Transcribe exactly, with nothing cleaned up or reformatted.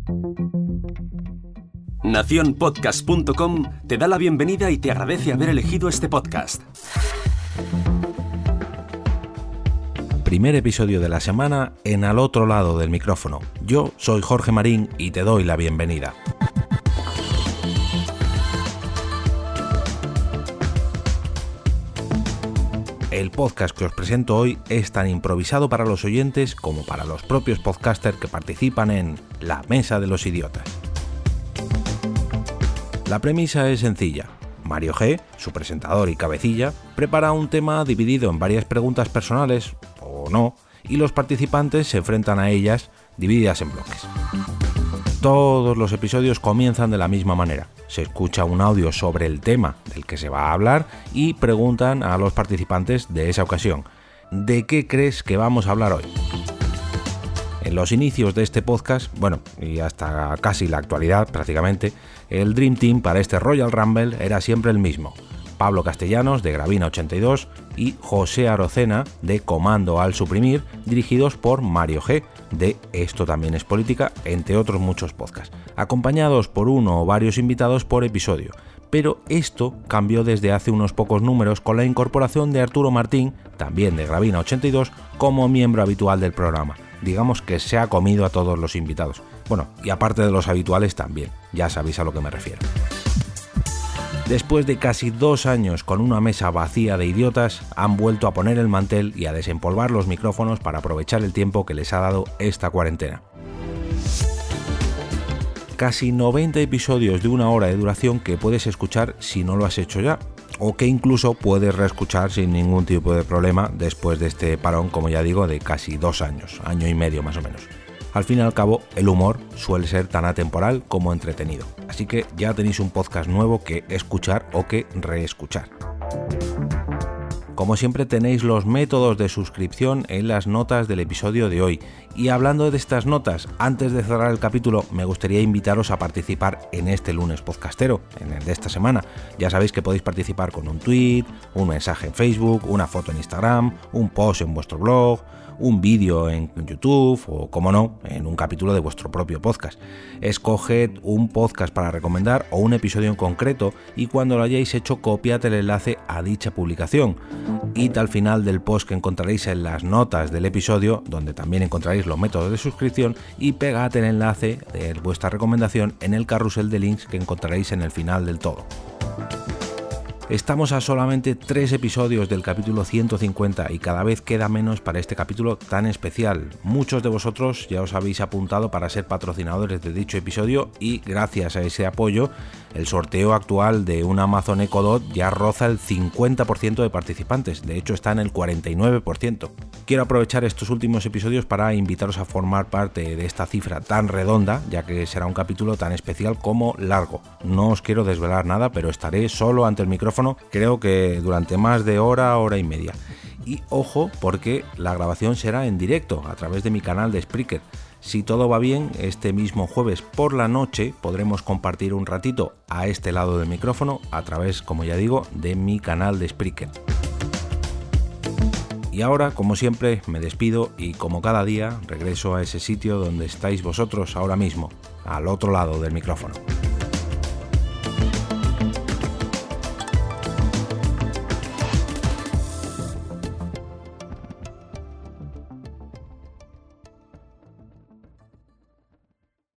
nación podcast punto com te da la bienvenida y te agradece haber elegido este podcast. Primer episodio de la semana en Al otro lado del micrófono. Yo soy Jorge Marín y te doy la bienvenida. El podcast que os presento hoy es tan improvisado para los oyentes como para los propios podcasters que participan en La Mesa de los Idiotas. La premisa es sencilla. Mario G, su presentador y cabecilla, prepara un tema dividido en varias preguntas personales, o no, y los participantes se enfrentan a ellas divididas en bloques. Todos los episodios comienzan de la misma manera. Se escucha un audio sobre el tema del que se va a hablar y preguntan a los participantes de esa ocasión: ¿de qué crees que vamos a hablar hoy? En los inicios de este podcast, bueno, y hasta casi la actualidad prácticamente, el Dream Team para este Royal Rumble era siempre el mismo: Pablo Castellanos de Gravina ochenta y dos y José Arocena de Comando al Suprimir, dirigidos por Mario G de Esto también es política, entre otros muchos podcasts, acompañados por uno o varios invitados por episodio. Pero esto cambió desde hace unos pocos números con la incorporación de Arturo Martín, también de Gravina ochenta y dos, como miembro habitual del programa. Digamos que se ha comido a todos los invitados. Bueno, y aparte de los habituales también, ya sabéis a lo que me refiero. Después de casi dos años con una mesa vacía de idiotas, han vuelto a poner el mantel y a desempolvar los micrófonos para aprovechar el tiempo que les ha dado esta cuarentena. Casi noventa episodios de una hora de duración que puedes escuchar si no lo has hecho ya, o que incluso puedes reescuchar sin ningún tipo de problema después de este parón, como ya digo, de casi dos años, año y medio más o menos. Al fin y al cabo, el humor suele ser tan atemporal como entretenido, así que ya tenéis un podcast nuevo que escuchar o que reescuchar. Como siempre, tenéis los métodos de suscripción en las notas del episodio de hoy. Y hablando de estas notas, antes de cerrar el capítulo, me gustaría invitaros a participar en este lunes podcastero, en el de esta semana. Ya sabéis que podéis participar con un tweet, un mensaje en Facebook, una foto en Instagram, un post en vuestro blog, un vídeo en YouTube o, como no, en un capítulo de vuestro propio podcast. Escoged un podcast para recomendar o un episodio en concreto y cuando lo hayáis hecho, copiad el enlace a dicha publicación. Id al final del post que encontraréis en las notas del episodio, donde también encontraréis los métodos de suscripción, y pegad el enlace de vuestra recomendación en el carrusel de links que encontraréis en el final del todo. Estamos a solamente tres episodios del capítulo ciento cincuenta y cada vez queda menos para este capítulo tan especial. Muchos de vosotros ya os habéis apuntado para ser patrocinadores de dicho episodio y gracias a ese apoyo el sorteo actual de un Amazon Echo Dot ya roza el cincuenta por ciento de participantes, de hecho está en el cuarenta y nueve por ciento. Quiero aprovechar estos últimos episodios para invitaros a formar parte de esta cifra tan redonda, ya que será un capítulo tan especial como largo. No os quiero desvelar nada, pero estaré solo ante el micrófono, creo que durante más de hora, hora y media. Y ojo, porque la grabación será en directo a través de mi canal de Spreaker. Si todo va bien, este mismo jueves por la noche podremos compartir un ratito a este lado del micrófono a través, como ya digo, de mi canal de Spreaker. Y ahora, como siempre, me despido y como cada día regreso a ese sitio donde estáis vosotros ahora mismo, al otro lado del micrófono.